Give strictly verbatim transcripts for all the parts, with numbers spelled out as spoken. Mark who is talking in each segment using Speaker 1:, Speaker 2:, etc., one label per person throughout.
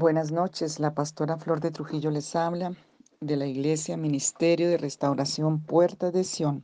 Speaker 1: Buenas noches, la pastora Flor de Trujillo les habla de la Iglesia Ministerio de Restauración Puertas de Sión.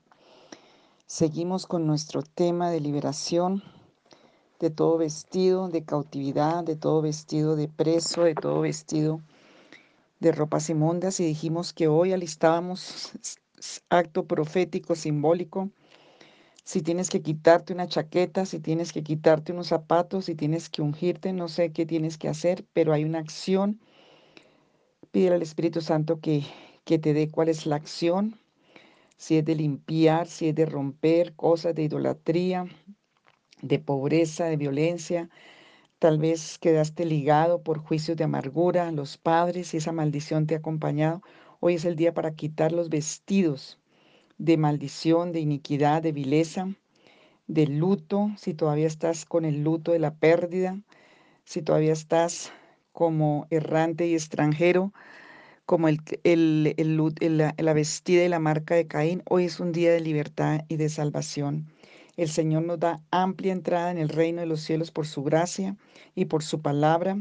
Speaker 1: Seguimos con nuestro tema de liberación de todo vestido de cautividad, de todo vestido de preso, de todo vestido de ropas inmundas y dijimos que hoy alistábamos s- s- acto profético simbólico. Si tienes que quitarte una chaqueta, si tienes que quitarte unos zapatos, si tienes que ungirte, no sé qué tienes que hacer, pero hay una acción. Pídele al Espíritu Santo que, que te dé cuál es la acción, si es de limpiar, si es de romper cosas de idolatría, de pobreza, de violencia. Tal vez quedaste ligado por juicios de amargura a los padres y esa maldición te ha acompañado. Hoy es el día para quitar los vestidos de maldición, de iniquidad, de vileza, de luto, si todavía estás con el luto de la pérdida, si todavía estás como errante y extranjero, como el, el, el lut- el- la, la vestida y la marca de Caín. Hoy es un día de libertad y de salvación. El Señor nos da amplia entrada en el reino de los cielos por su gracia y por su palabra,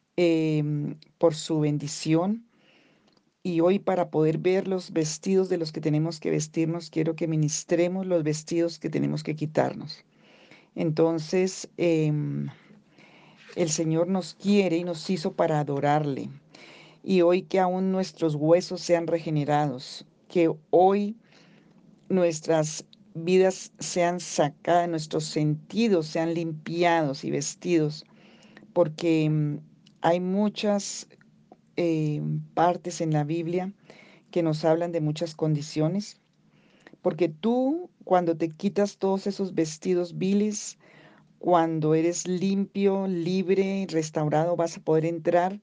Speaker 1: em, por su bendición. Y hoy, para poder ver los vestidos de los que tenemos que vestirnos, quiero que ministremos los vestidos que tenemos que quitarnos. Entonces, em, el Señor nos quiere y nos hizo para adorarle. Y hoy que aún nuestros huesos sean regenerados, que hoy nuestras vidas sean sacadas, nuestros sentidos sean limpiados y vestidos, porque mm, hay muchas eh, partes en la Biblia que nos hablan de muchas condiciones, porque tú cuando te quitas todos esos vestidos viles, cuando eres limpio, libre, restaurado, vas a poder entrar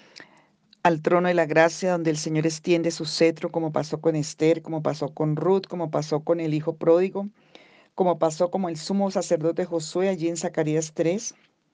Speaker 1: al trono de la gracia donde el Señor extiende su cetro, como pasó con Esther, como pasó con Ruth, como pasó con el hijo pródigo, como pasó como el sumo sacerdote Josué allí en Zacarías tres.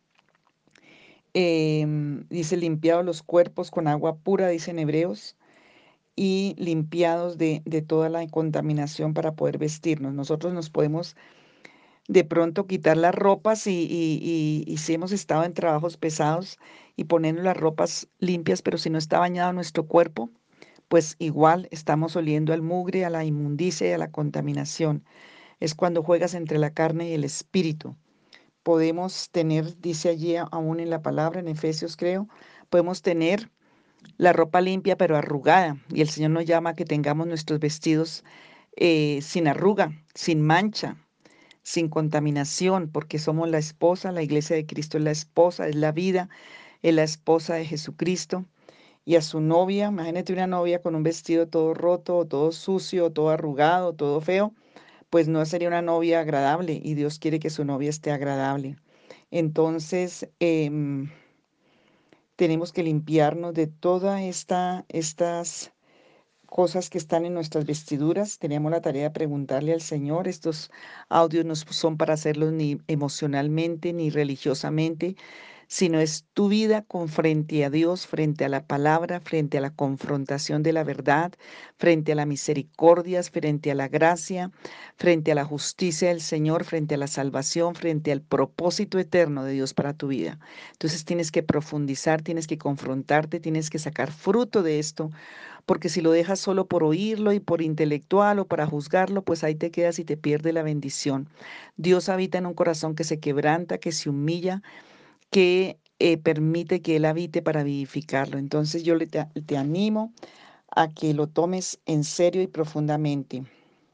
Speaker 1: Em, dice, limpiados los cuerpos con agua pura, dicen Hebreos, y limpiados de, de toda la contaminación para poder vestirnos. Nosotros nos podemos de pronto quitar las ropas y, y, y, y si hemos estado en trabajos pesados y ponernos las ropas limpias, pero si no está bañado nuestro cuerpo, pues igual estamos oliendo al mugre, a la inmundicia y a la contaminación. Es cuando juegas entre la carne y el espíritu. Podemos tener, dice allí a- aún en la palabra, en Efesios creo, podemos tener la ropa limpia pero arrugada. Y el Señor nos llama a que tengamos nuestros vestidos eh, sin arruga, sin mancha, sin contaminación, porque somos la esposa, la iglesia de Cristo es la esposa, es la vida, es la esposa de Jesucristo. Y a su novia, imagínate una novia con un vestido todo roto, o todo sucio, o todo arrugado, o todo feo, pues no sería una novia agradable y Dios quiere que su novia esté agradable. Entonces, em, tenemos que limpiarnos de todas esta, estas cosas que están en nuestras vestiduras. Teníamos la tarea de preguntarle al Señor. Estos audios no son para hacerlos ni emocionalmente ni religiosamente, sino es tu vida con frente a Dios, frente a la palabra, frente a la confrontación de la verdad, frente a la misericordia, frente a la gracia, frente a la justicia del Señor, frente a la salvación, frente al propósito eterno de Dios para tu vida. Entonces tienes que profundizar, tienes que confrontarte, tienes que sacar fruto de esto, porque si lo dejas solo por oírlo y por intelectual o para juzgarlo, pues ahí te quedas y te pierde la bendición. Dios habita en un corazón que se quebranta, que se humilla, que eh, permite que Él habite para vivificarlo. Entonces yo le te, te animo a que lo tomes en serio y profundamente.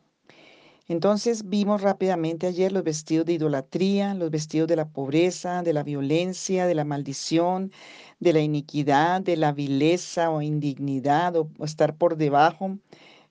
Speaker 1: Entonces vimos rápidamente ayer los vestidos de idolatría, los vestidos de la pobreza, de la violencia, de la maldición, de la iniquidad, de la vileza o indignidad o, o estar por debajo,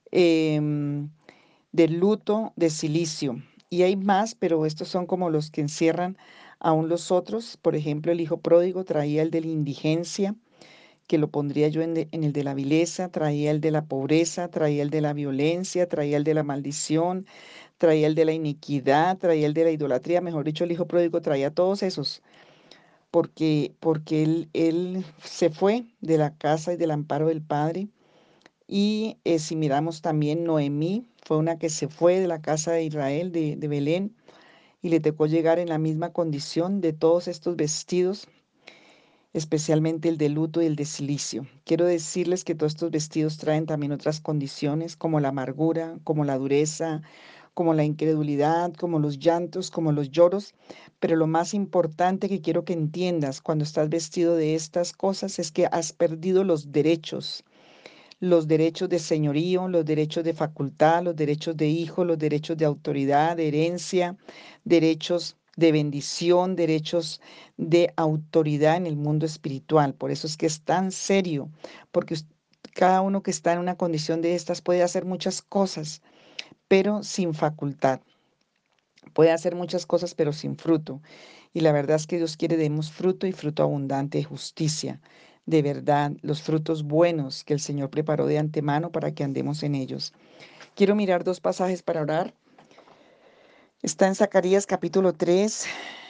Speaker 1: em, del luto, de silicio. Y hay más, pero estos son como los que encierran aún los otros. Por ejemplo, el hijo pródigo traía el de la indigencia, que lo pondría yo en, de- en el de la vileza, traía el de la pobreza, traía el de la violencia, traía el de la maldición, traía el de la iniquidad, traía el de la idolatría, mejor dicho, el hijo pródigo traía todos esos, porque, porque él, él se fue de la casa y del amparo del Padre. Y eh, si miramos también Noemí, fue una que se fue de la casa de Israel, de, de Belén, y le tocó llegar en la misma condición de todos estos vestidos. especialmente el de luto y el de silicio. Quiero decirles que todos estos vestidos traen también otras condiciones, como la amargura, como la dureza, como la incredulidad, como los llantos, como los lloros, pero lo más importante que quiero que entiendas cuando estás vestido de estas cosas es que has perdido los derechos, los derechos de señorío, los derechos de facultad, los derechos de hijo, los derechos de autoridad, de herencia, derechos de bendición, derechos de autoridad en el mundo espiritual. Por eso es que es tan serio, porque us- cada uno que está en una condición de estas puede hacer muchas cosas, pero sin facultad. Puede hacer muchas cosas, pero sin fruto. Y la verdad es que Dios quiere demos fruto y fruto abundante de justicia. De verdad, los frutos buenos que el Señor preparó de antemano para que andemos en ellos. Quiero mirar dos pasajes para orar. Está en Zacarías capítulo tres.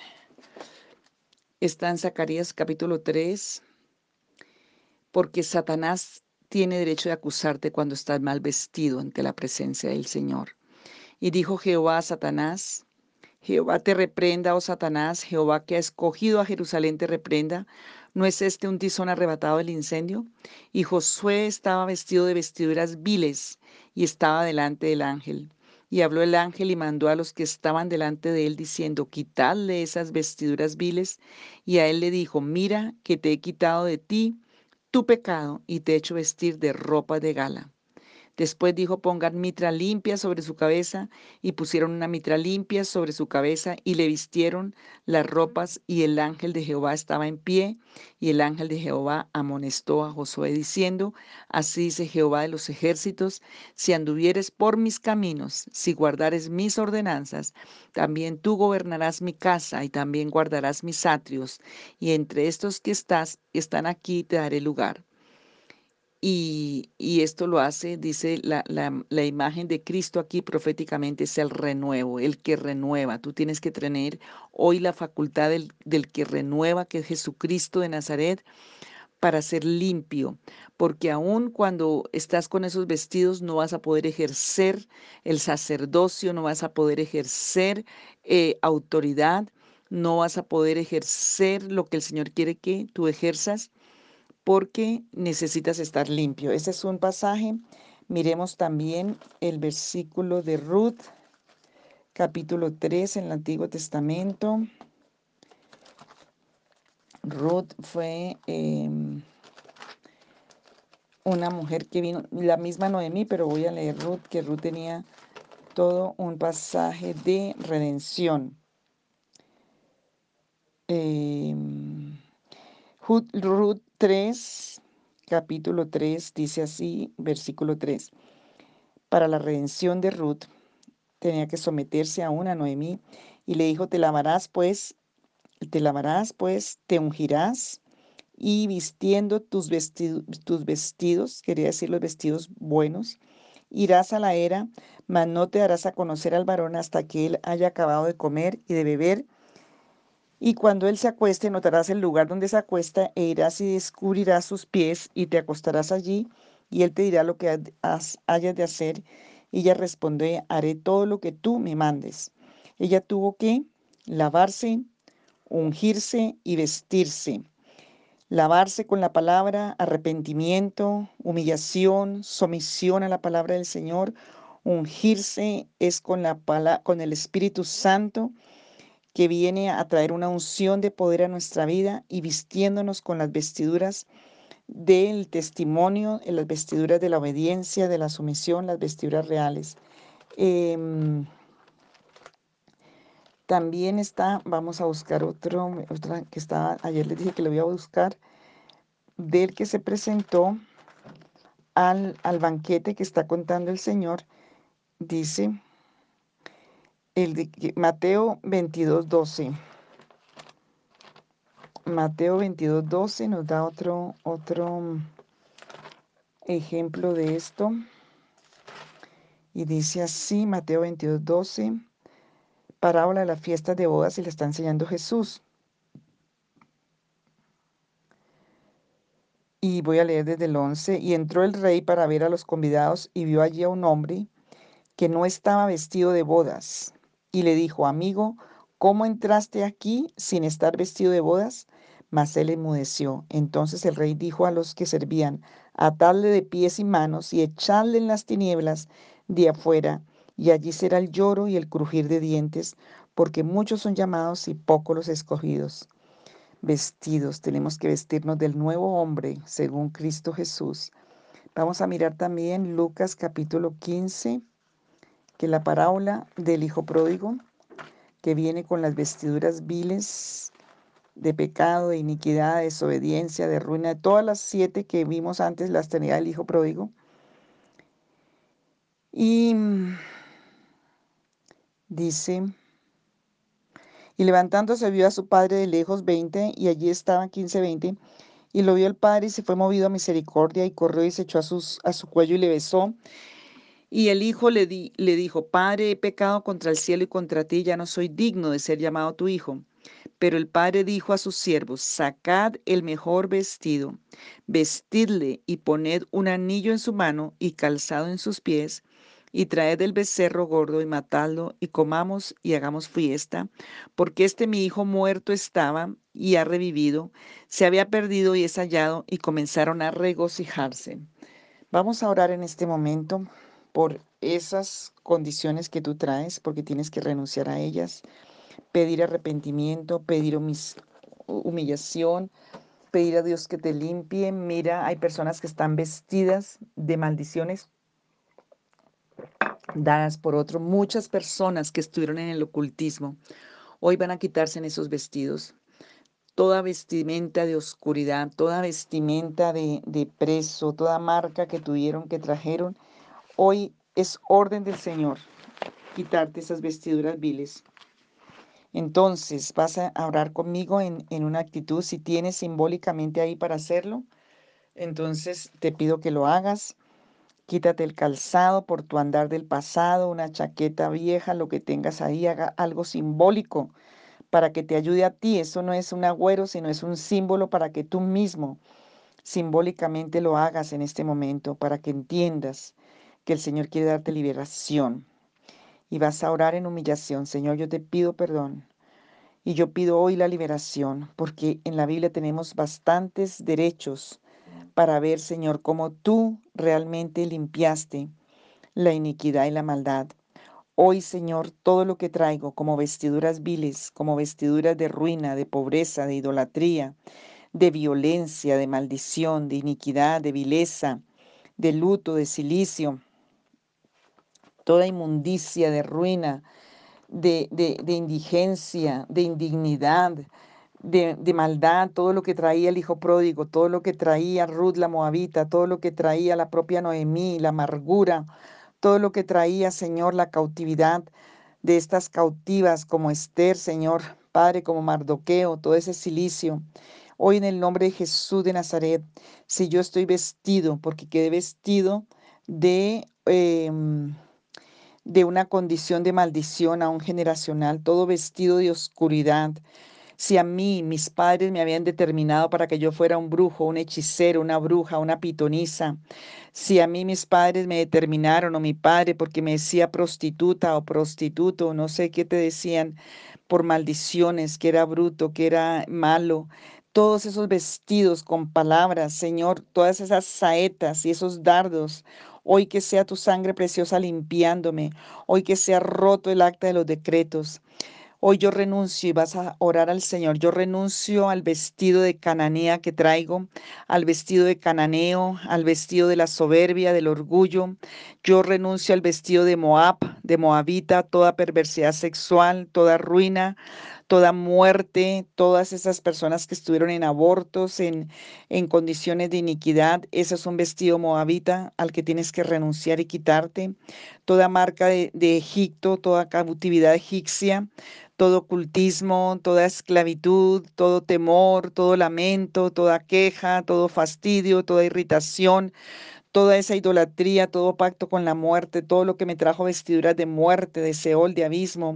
Speaker 1: Está en Zacarías capítulo tres, porque Satanás tiene derecho de acusarte cuando estás mal vestido ante la presencia del Señor. Y dijo Jehová a Satanás: Jehová te reprenda, oh Satanás, Jehová que ha escogido a Jerusalén te reprenda. ¿No es este un tizón arrebatado del incendio? Y Josué estaba vestido de vestiduras viles y estaba delante del ángel. Y habló el ángel y mandó a los que estaban delante de él diciendo: Quitadle esas vestiduras viles. Y a él le dijo: Mira que te he quitado de ti tu pecado y te he hecho vestir de ropa de gala. Después dijo: Pongan mitra limpia sobre su cabeza, y pusieron una mitra limpia sobre su cabeza, y le vistieron las ropas, y el ángel de Jehová estaba en pie, y el ángel de Jehová amonestó a Josué diciendo: Así dice Jehová de los ejércitos: si anduvieres por mis caminos, si guardares mis ordenanzas, también tú gobernarás mi casa, y también guardarás mis atrios, y entre estos que estás, están aquí, te daré lugar. Y, y esto lo hace, dice la, la, la imagen de Cristo aquí proféticamente, es el renuevo, el que renueva. Tú tienes que tener hoy la facultad del, del que renueva, que es Jesucristo de Nazaret, para ser limpio, porque aun cuando estás con esos vestidos no vas a poder ejercer el sacerdocio, no vas a poder ejercer eh, autoridad, no vas a poder ejercer lo que el Señor quiere que tú ejerzas, porque necesitas estar limpio. Ese es un pasaje. Miremos también el versículo de Ruth, capítulo tres en el Antiguo Testamento. Ruth fue eh, una mujer que vino, la misma Noemí, pero voy a leer Ruth, que Ruth tenía todo un pasaje de redención. Eh, Ruth tres, capítulo tres, dice así, versículo tres. Para la redención de Ruth, tenía que someterse aún a Noemí, y le dijo: te lavarás pues, te lavarás pues, te ungirás, y vistiendo tus vestidos, tus vestidos, quería decir los vestidos buenos, irás a la era, mas no te darás a conocer al varón hasta que él haya acabado de comer y de beber. Y cuando él se acueste, notarás el lugar donde se acuesta, e irás y descubrirás sus pies, y te acostarás allí, y él te dirá lo que has- hayas de hacer. Y ella respondió: haré todo lo que tú me mandes. Ella tuvo que lavarse, ungirse y vestirse. Lavarse con la palabra, arrepentimiento, humillación, sumisión a la palabra del Señor. Ungirse es con la pala- con el Espíritu Santo, que viene a traer una unción de poder a nuestra vida, y vistiéndonos con las vestiduras del testimonio, en las vestiduras de la obediencia, de la sumisión, las vestiduras reales. Em, también está, vamos a buscar otro, otra que estaba, ayer les dije que lo voy a buscar, del que se presentó al, al banquete que está contando el Señor. Dice el de Mateo veintidós doce. Mateo veintidós doce nos da otro, otro ejemplo de esto. Y dice así, Mateo veintidós doce, parábola de las fiestas de bodas, y le está enseñando Jesús. Y voy a leer desde el once. Y entró el rey para ver a los convidados, y vio allí a un hombre que no estaba vestido de bodas. Y le dijo: amigo, ¿cómo entraste aquí sin estar vestido de bodas? Mas él enmudeció. Entonces el rey dijo a los que servían: atadle de pies y manos y echadle en las tinieblas de afuera, y allí será el lloro y el crujir de dientes, porque muchos son llamados y pocos los escogidos. Vestidos, tenemos que vestirnos del nuevo hombre según Cristo Jesús. Vamos a mirar también Lucas capítulo quince, que es la parábola del hijo pródigo, que viene con las vestiduras viles de pecado, de iniquidad, de desobediencia, de ruina, de todas las siete que vimos antes, las tenía el hijo pródigo. Y mm, dice, y levantándose vio a su padre de lejos veinte, y allí estaban quince, veinte, y lo vio el padre y se fue movido a misericordia, y corrió y se echó a, sus, a su cuello y le besó. Y el hijo le, di, le dijo: Padre, he pecado contra el cielo y contra ti, ya no soy digno de ser llamado tu hijo. Pero el padre dijo a sus siervos: sacad el mejor vestido, vestidle y poned un anillo en su mano y calzado en sus pies, y traed el becerro gordo y matadlo, y comamos y hagamos fiesta, porque este mi hijo muerto estaba y ha revivido, se había perdido y es hallado, y comenzaron a regocijarse. Vamos a orar en este momento por esas condiciones que tú traes, porque tienes que renunciar a ellas, pedir arrepentimiento, pedir humillación, pedir a Dios que te limpie. Mira, hay personas que están vestidas de maldiciones dadas por otro. Muchas personas que estuvieron en el ocultismo hoy van a quitarse en esos vestidos. Toda vestimenta de oscuridad, toda vestimenta de, de preso, toda marca que tuvieron, que trajeron, hoy es orden del Señor quitarte esas vestiduras viles. Entonces vas a orar conmigo en, en una actitud, si tienes simbólicamente ahí para hacerlo, entonces te pido que lo hagas. Quítate el calzado por tu andar del pasado, una chaqueta vieja, lo que tengas ahí, haga algo simbólico para que te ayude a ti. Eso no es un agüero, sino es un símbolo para que tú mismo simbólicamente lo hagas en este momento, para que entiendas que el Señor quiere darte liberación. Y vas a orar en humillación: Señor, yo te pido perdón. Y yo pido hoy la liberación, porque en la Biblia tenemos bastantes derechos para ver, Señor, cómo tú realmente limpiaste la iniquidad y la maldad. Hoy, Señor, todo lo que traigo como vestiduras viles, como vestiduras de ruina, de pobreza, de idolatría, de violencia, de maldición, de iniquidad, de vileza, de luto, de silicio, toda inmundicia, de ruina, de, de, de indigencia, de indignidad, de, de maldad, todo lo que traía el hijo pródigo, todo lo que traía Ruth la moabita, todo lo que traía la propia Noemí, la amargura, todo lo que traía, Señor, la cautividad de estas cautivas como Esther, Señor, Padre, como Mardoqueo, todo ese silicio. Hoy en el nombre de Jesús de Nazaret, si yo estoy vestido, porque quedé vestido de... Eh, de una condición de maldición aún generacional, todo vestido de oscuridad. Si a mí mis padres me habían determinado para que yo fuera un brujo, un hechicero, una bruja, una pitonisa, si a mí mis padres me determinaron, o mi padre porque me decía prostituta o prostituto, no sé qué te decían, por maldiciones, que era bruto, que era malo, todos esos vestidos con palabras, Señor, todas esas saetas y esos dardos, hoy que sea tu sangre preciosa limpiándome, hoy que sea roto el acta de los decretos. Hoy yo renuncio, y vas a orar al Señor, yo renuncio al vestido de cananea que traigo, al vestido de cananeo, al vestido de la soberbia, del orgullo. Yo renuncio al vestido de Moab, de moabita, toda perversidad sexual, toda ruina, toda muerte, todas esas personas que estuvieron en abortos, en, en condiciones de iniquidad. Ese es un vestido moabita al que tienes que renunciar y quitarte. Toda marca de, de Egipto, toda cautividad egipcia, todo ocultismo, toda esclavitud, todo temor, todo lamento, toda queja, todo fastidio, toda irritación, toda esa idolatría, todo pacto con la muerte, todo lo que me trajo vestiduras de muerte, de Seol, de abismo.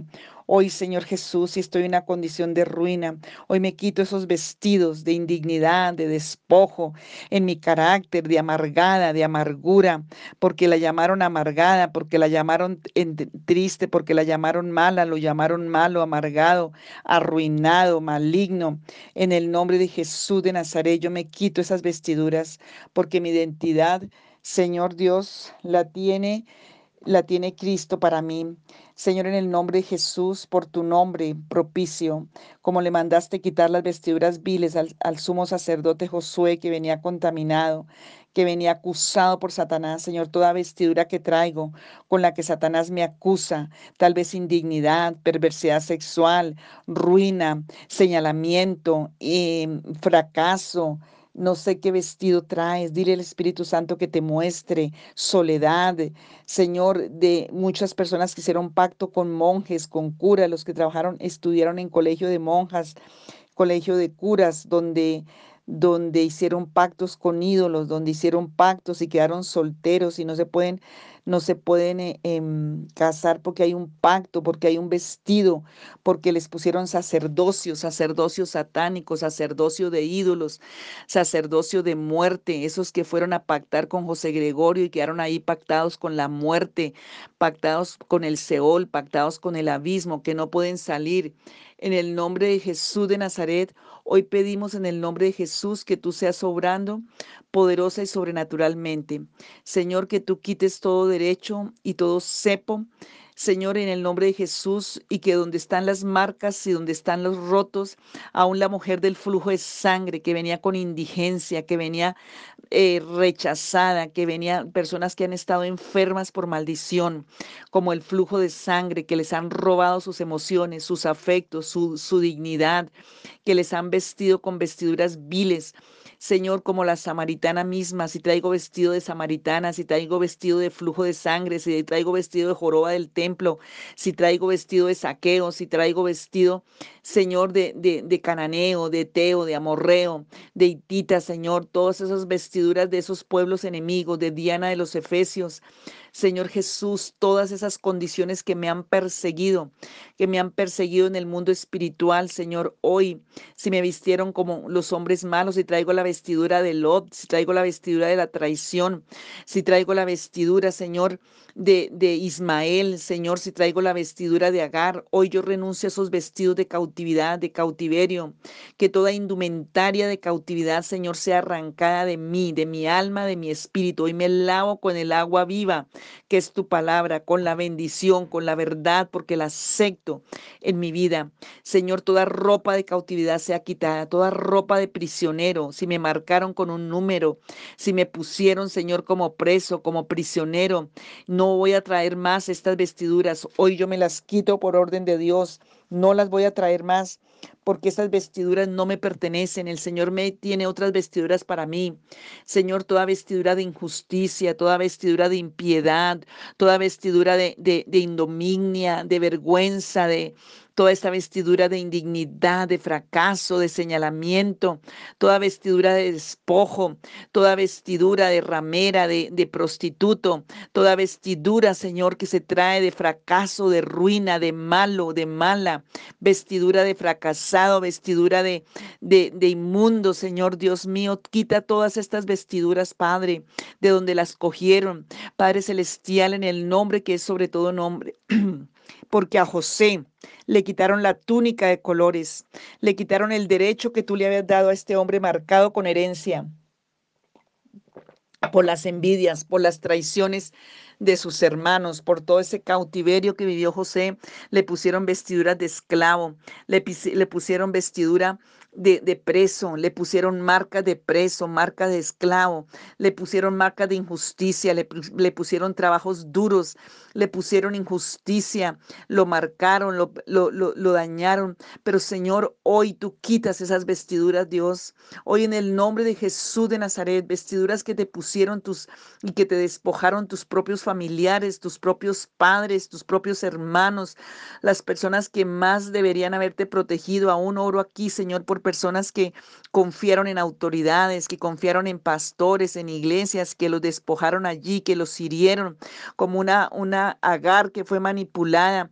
Speaker 1: Hoy, Señor Jesús, si estoy en una condición de ruina, hoy me quito esos vestidos de indignidad, de despojo en mi carácter, de amargada, de amargura, porque la llamaron amargada, porque la llamaron en- triste, porque la llamaron mala, lo llamaron malo, amargado, arruinado, maligno. En el nombre de Jesús de Nazaret, yo me quito esas vestiduras, porque mi identidad, Señor Dios, la tiene la tiene Cristo para mí. Señor, en el nombre de Jesús, por tu nombre propicio, como le mandaste quitar las vestiduras viles al, al sumo sacerdote Josué que venía contaminado, que venía acusado por Satanás. Señor, toda vestidura que traigo con la que Satanás me acusa, tal vez indignidad, perversidad sexual, ruina, señalamiento, em, fracaso. No sé qué vestido traes. Dile al Espíritu Santo que te muestre soledad, Señor, de muchas personas que hicieron pacto con monjes, con curas, los que trabajaron, estudiaron en colegio de monjas, colegio de curas, donde, donde hicieron pactos con ídolos, donde hicieron pactos y quedaron solteros y no se pueden, no se pueden eh, em, casar porque hay un pacto, porque hay un vestido, porque les pusieron sacerdocio, sacerdocio satánico, sacerdocio de ídolos, sacerdocio de muerte, esos que fueron a pactar con José Gregorio y quedaron ahí pactados con la muerte, pactados con el Seol, pactados con el abismo, que no pueden salir. En el nombre de Jesús de Nazaret, hoy pedimos en el nombre de Jesús que tú seas obrando poderosa y sobrenaturalmente. Señor, que tú quites todo derecho y todo cepo. Señor, en el nombre de Jesús, y que donde están las marcas y donde están los rotos, aún la mujer del flujo de sangre que venía con indigencia, que venía eh, rechazada, que venía personas que han estado enfermas por maldición, como el flujo de sangre, que les han robado sus emociones, sus afectos, su, su dignidad, que les han vestido con vestiduras viles. Señor, como la samaritana misma, si traigo vestido de samaritana, si traigo vestido de flujo de sangre, si traigo vestido de joroba del templo, si traigo vestido de saqueo, si traigo vestido, Señor, de, de, de cananeo, de teo, de amorreo, de hitita, Señor, todas esas vestiduras de esos pueblos enemigos, de Diana de los Efesios, Señor Jesús, todas esas condiciones que me han perseguido, que me han perseguido en el mundo espiritual, Señor, hoy, si me vistieron como los hombres malos, si traigo la vestidura de Lot, si traigo la vestidura de la traición, si traigo la vestidura, Señor, de, de Ismael, Señor, si traigo la vestidura de Agar, hoy yo renuncio a esos vestidos de cautividad, de cautiverio, que toda indumentaria de cautividad, Señor, sea arrancada de mí, de mi alma, de mi espíritu. Hoy me lavo con el agua viva, que es tu palabra, con la bendición, con la verdad, porque la acepto en mi vida. Señor, toda ropa de cautividad sea quitada, toda ropa de prisionero, si me marcaron con un número, si me pusieron, Señor, como preso, como prisionero, no voy a traer más estas vestiduras. Hoy yo me las quito por orden de Dios. No las voy a traer más porque esas vestiduras no me pertenecen. El Señor me tiene otras vestiduras para mí. Señor, toda vestidura de injusticia, toda vestidura de impiedad, toda vestidura de, de, de indominia, de vergüenza, de toda esta vestidura de indignidad, de fracaso, de señalamiento, toda vestidura de despojo, toda vestidura de ramera, de, de prostituto, toda vestidura, Señor, que se trae de fracaso, de ruina, de malo, de mala, vestidura de fracasado, vestidura de, de, de inmundo, Señor Dios mío, quita todas estas vestiduras, Padre, de donde las cogieron, Padre Celestial, en el nombre que es sobre todo nombre. Porque a José le quitaron la túnica de colores, le quitaron el derecho que tú le habías dado a este hombre marcado con herencia por las envidias, por las traiciones de sus hermanos, por todo ese cautiverio que vivió José, le pusieron vestiduras de esclavo, le, le pusieron vestidura de, de preso, le pusieron marcas de preso, marcas de esclavo, le pusieron marcas de injusticia, le, le pusieron trabajos duros, le pusieron injusticia, lo marcaron, lo, lo, lo, lo dañaron. Pero Señor, hoy tú quitas esas vestiduras, Dios. Hoy en el nombre de Jesús de Nazaret, vestiduras que te pusieron tus y que te despojaron tus propios familiares, tus propios padres, tus propios hermanos, las personas que más deberían haberte protegido. Aún oro aquí, Señor, por personas que confiaron en autoridades, que confiaron en pastores, en iglesias, que los despojaron allí, que los hirieron como una, una Agar que fue manipulada,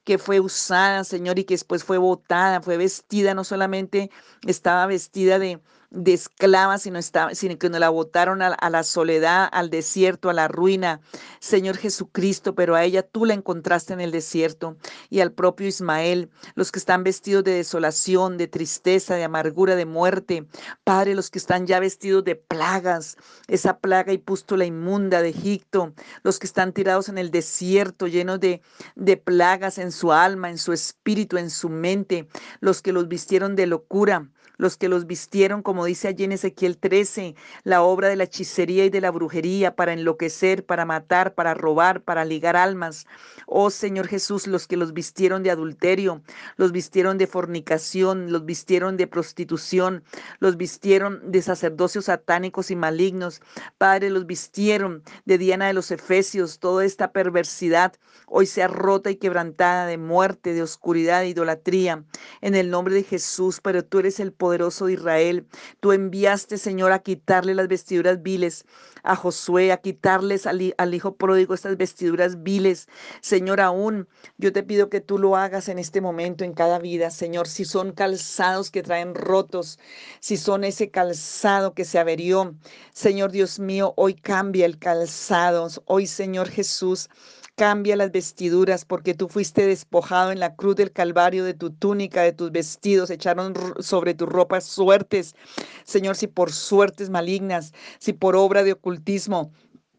Speaker 1: que fue usada, Señor, y que después fue botada, fue vestida, no solamente estaba vestida de, de esclava, sino, estaba, sino que nos la botaron a, a la soledad, al desierto, a la ruina, Señor Jesucristo, pero a ella tú la encontraste en el desierto y al propio Ismael, los que están vestidos de desolación, de tristeza, de amargura, de muerte, Padre, los que están ya vestidos de plagas, esa plaga y pústula inmunda de Egipto, los que están tirados en el desierto, llenos de, de plagas en su alma, en su espíritu, en su mente, los que los vistieron de locura, los que los vistieron, como dice allí en Ezequiel trece, la obra de la hechicería y de la brujería para enloquecer, para matar, para robar, para ligar almas. Oh Señor Jesús, los que los vistieron de adulterio, los vistieron de fornicación, los vistieron de prostitución, los vistieron de sacerdocios satánicos y malignos. Padre, los vistieron de Diana de los Efesios, toda esta perversidad hoy sea rota y quebrantada de muerte, de oscuridad, de idolatría, en el nombre de Jesús. Pero tú eres el poderoso de Israel. Tú enviaste, Señor, a quitarle las vestiduras viles a Josué, a quitarles al, al hijo pródigo estas vestiduras viles. Señor, aún yo te pido que tú lo hagas en este momento, en cada vida, Señor. Si son calzados que traen rotos, si son ese calzado que se averió, Señor Dios mío, hoy cambia el calzado. Hoy, Señor Jesús, cambia las vestiduras, porque tú fuiste despojado en la cruz del Calvario de tu túnica, de tus vestidos, echaron sobre tus ropas suertes. Señor, si por suertes malignas, si por obra de ocultismo,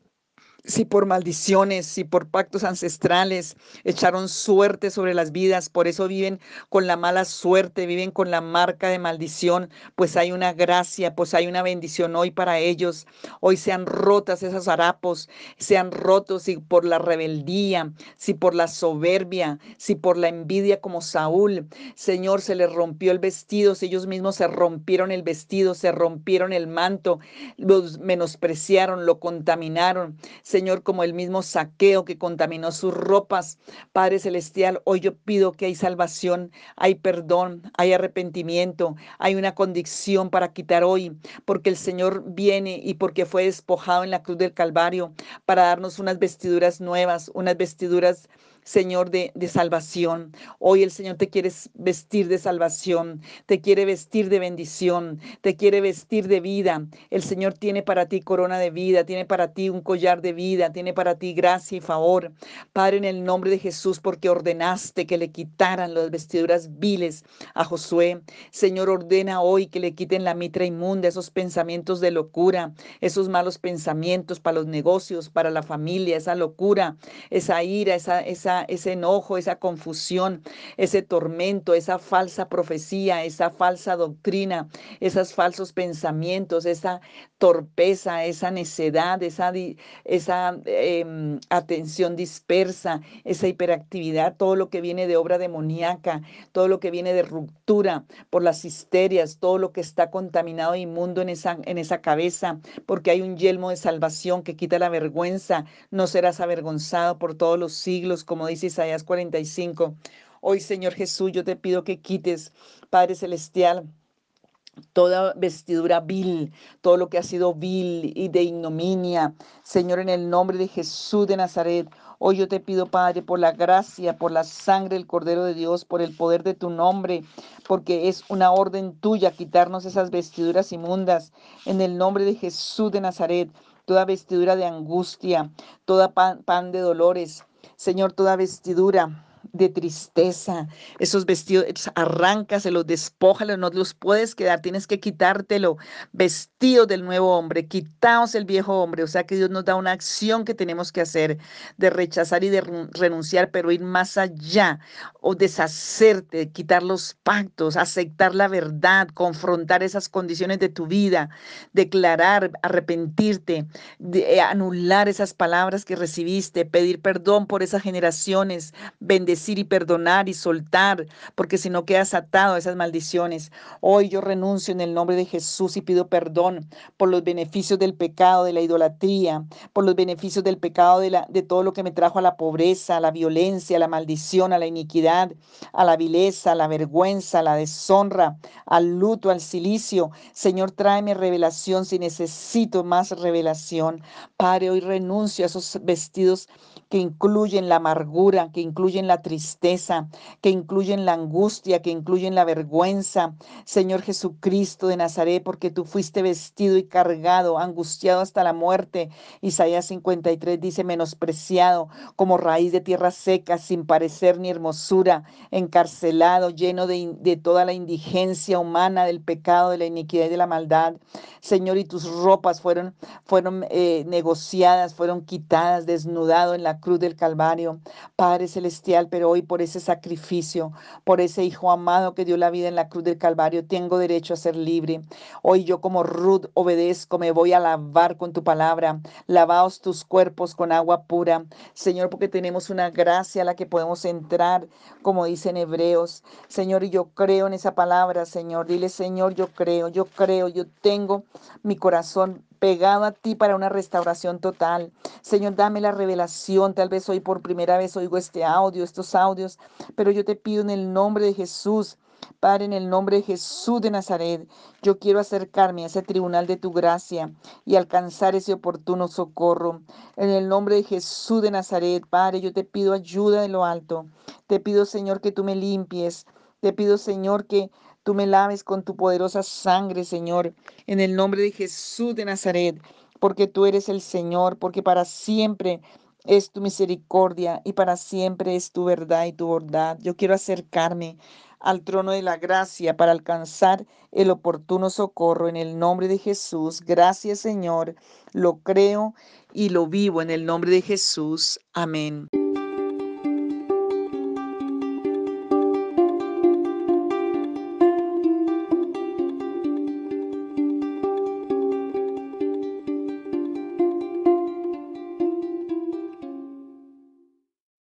Speaker 1: si por maldiciones, si por pactos ancestrales echaron suerte sobre las vidas, por eso viven con la mala suerte, viven con la marca de maldición, pues hay una gracia, pues hay una bendición hoy para ellos. Hoy sean rotas esos harapos, sean rotos si por la rebeldía, si por la soberbia, si por la envidia como Saúl. Señor, se les rompió el vestido, si ellos mismos se rompieron el vestido, se rompieron el manto, los menospreciaron, lo contaminaron. Señor, como el mismo Saqueo que contaminó sus ropas. Padre Celestial, hoy yo pido que hay salvación, hay perdón, hay arrepentimiento, hay una condición para quitar hoy, porque el Señor viene y porque fue despojado en la cruz del Calvario para darnos unas vestiduras nuevas, unas vestiduras, Señor, de, de salvación. Hoy el Señor te quiere vestir de salvación, te quiere vestir de bendición, te quiere vestir de vida. El Señor tiene para ti corona de vida, tiene para ti un collar de vida, tiene para ti gracia y favor. Padre, en el nombre de Jesús, porque ordenaste que le quitaran las vestiduras viles a Josué. Señor, ordena hoy que le quiten la mitra inmunda, esos pensamientos de locura, esos malos pensamientos para los negocios, para la familia, esa locura, esa ira, esa, esa, ese enojo, esa confusión, ese tormento, esa falsa profecía, esa falsa doctrina, esos falsos pensamientos, esa torpeza, esa necedad, esa, esa eh, atención dispersa, esa hiperactividad, todo lo que viene de obra demoníaca, todo lo que viene de ruptura por las histerias, todo lo que está contaminado e inmundo en esa, en esa cabeza, porque hay un yelmo de salvación que quita la vergüenza, no serás avergonzado por todos los siglos, como dice Isaías cuarenta y cinco. Hoy, Señor Jesús, yo te pido que quites, Padre Celestial, toda vestidura vil, todo lo que ha sido vil y de ignominia. Señor, en el nombre de Jesús de Nazaret, hoy yo te pido, Padre, por la gracia, por la sangre del Cordero de Dios, por el poder de tu nombre, porque es una orden tuya quitarnos esas vestiduras inmundas. En el nombre de Jesús de Nazaret, toda vestidura de angustia, toda pan, pan de dolores. Señor, toda vestidura de tristeza, esos vestidos, arráncaselos, despójalos, no los puedes quedar, tienes que quitártelo, vestido del nuevo hombre, quitaos el viejo hombre, o sea que Dios nos da una acción que tenemos que hacer, de rechazar y de renunciar, pero ir más allá, o deshacerte, quitar los pactos, aceptar la verdad, confrontar esas condiciones de tu vida, declarar, arrepentirte, de, eh, anular esas palabras que recibiste, pedir perdón por esas generaciones, bendecir y perdonar y soltar, porque si no quedas atado a esas maldiciones. Hoy yo renuncio en el nombre de Jesús y pido perdón por los beneficios del pecado, de la idolatría, por los beneficios del pecado, de, la, de todo lo que me trajo a la pobreza, a la violencia, a la maldición, a la iniquidad, a la vileza, a la vergüenza, a la deshonra, al luto, al silicio. Señor, tráeme revelación si necesito más revelación. Padre, hoy renuncio a esos vestidos que incluyen la amargura, que incluyen la tristeza, que incluyen la angustia, que incluyen la vergüenza. Señor Jesucristo de Nazaret, porque tú fuiste vestido y cargado, angustiado hasta la muerte. Isaías cincuenta y tres dice, menospreciado como raíz de tierra seca, sin parecer ni hermosura, encarcelado, lleno de, de toda la indigencia humana, del pecado, de la iniquidad y de la maldad. Señor, y tus ropas fueron, fueron eh, negociadas, fueron quitadas, desnudado en la cruz del Calvario. Padre Celestial, pero hoy por ese sacrificio, por ese Hijo amado que dio la vida en la cruz del Calvario, tengo derecho a ser libre. Hoy yo como Ruth obedezco, me voy a lavar con tu palabra. Lavaos tus cuerpos con agua pura. Señor, porque tenemos una gracia a la que podemos entrar, como dicen Hebreos. Señor, y yo creo en esa palabra, Señor. Dile, Señor, yo creo, yo creo, yo tengo mi corazón pegado a ti para una restauración total. Señor, dame la revelación. Tal vez hoy por primera vez oigo este audio, estos audios, pero yo te pido en el nombre de Jesús. Padre, en el nombre de Jesús de Nazaret, yo quiero acercarme a ese tribunal de tu gracia y alcanzar ese oportuno socorro. En el nombre de Jesús de Nazaret, Padre, yo te pido ayuda de lo alto. Te pido, Señor, que tú me limpies. Te pido, Señor, que tú me laves con tu poderosa sangre, Señor. En el nombre de Jesús de Nazaret, porque tú eres el Señor, porque para siempre es tu misericordia y para siempre es tu verdad y tu bondad. Yo quiero acercarme al trono de la gracia para alcanzar el oportuno socorro en el nombre de Jesús. Gracias, Señor. Lo creo y lo vivo en el nombre de Jesús. Amén.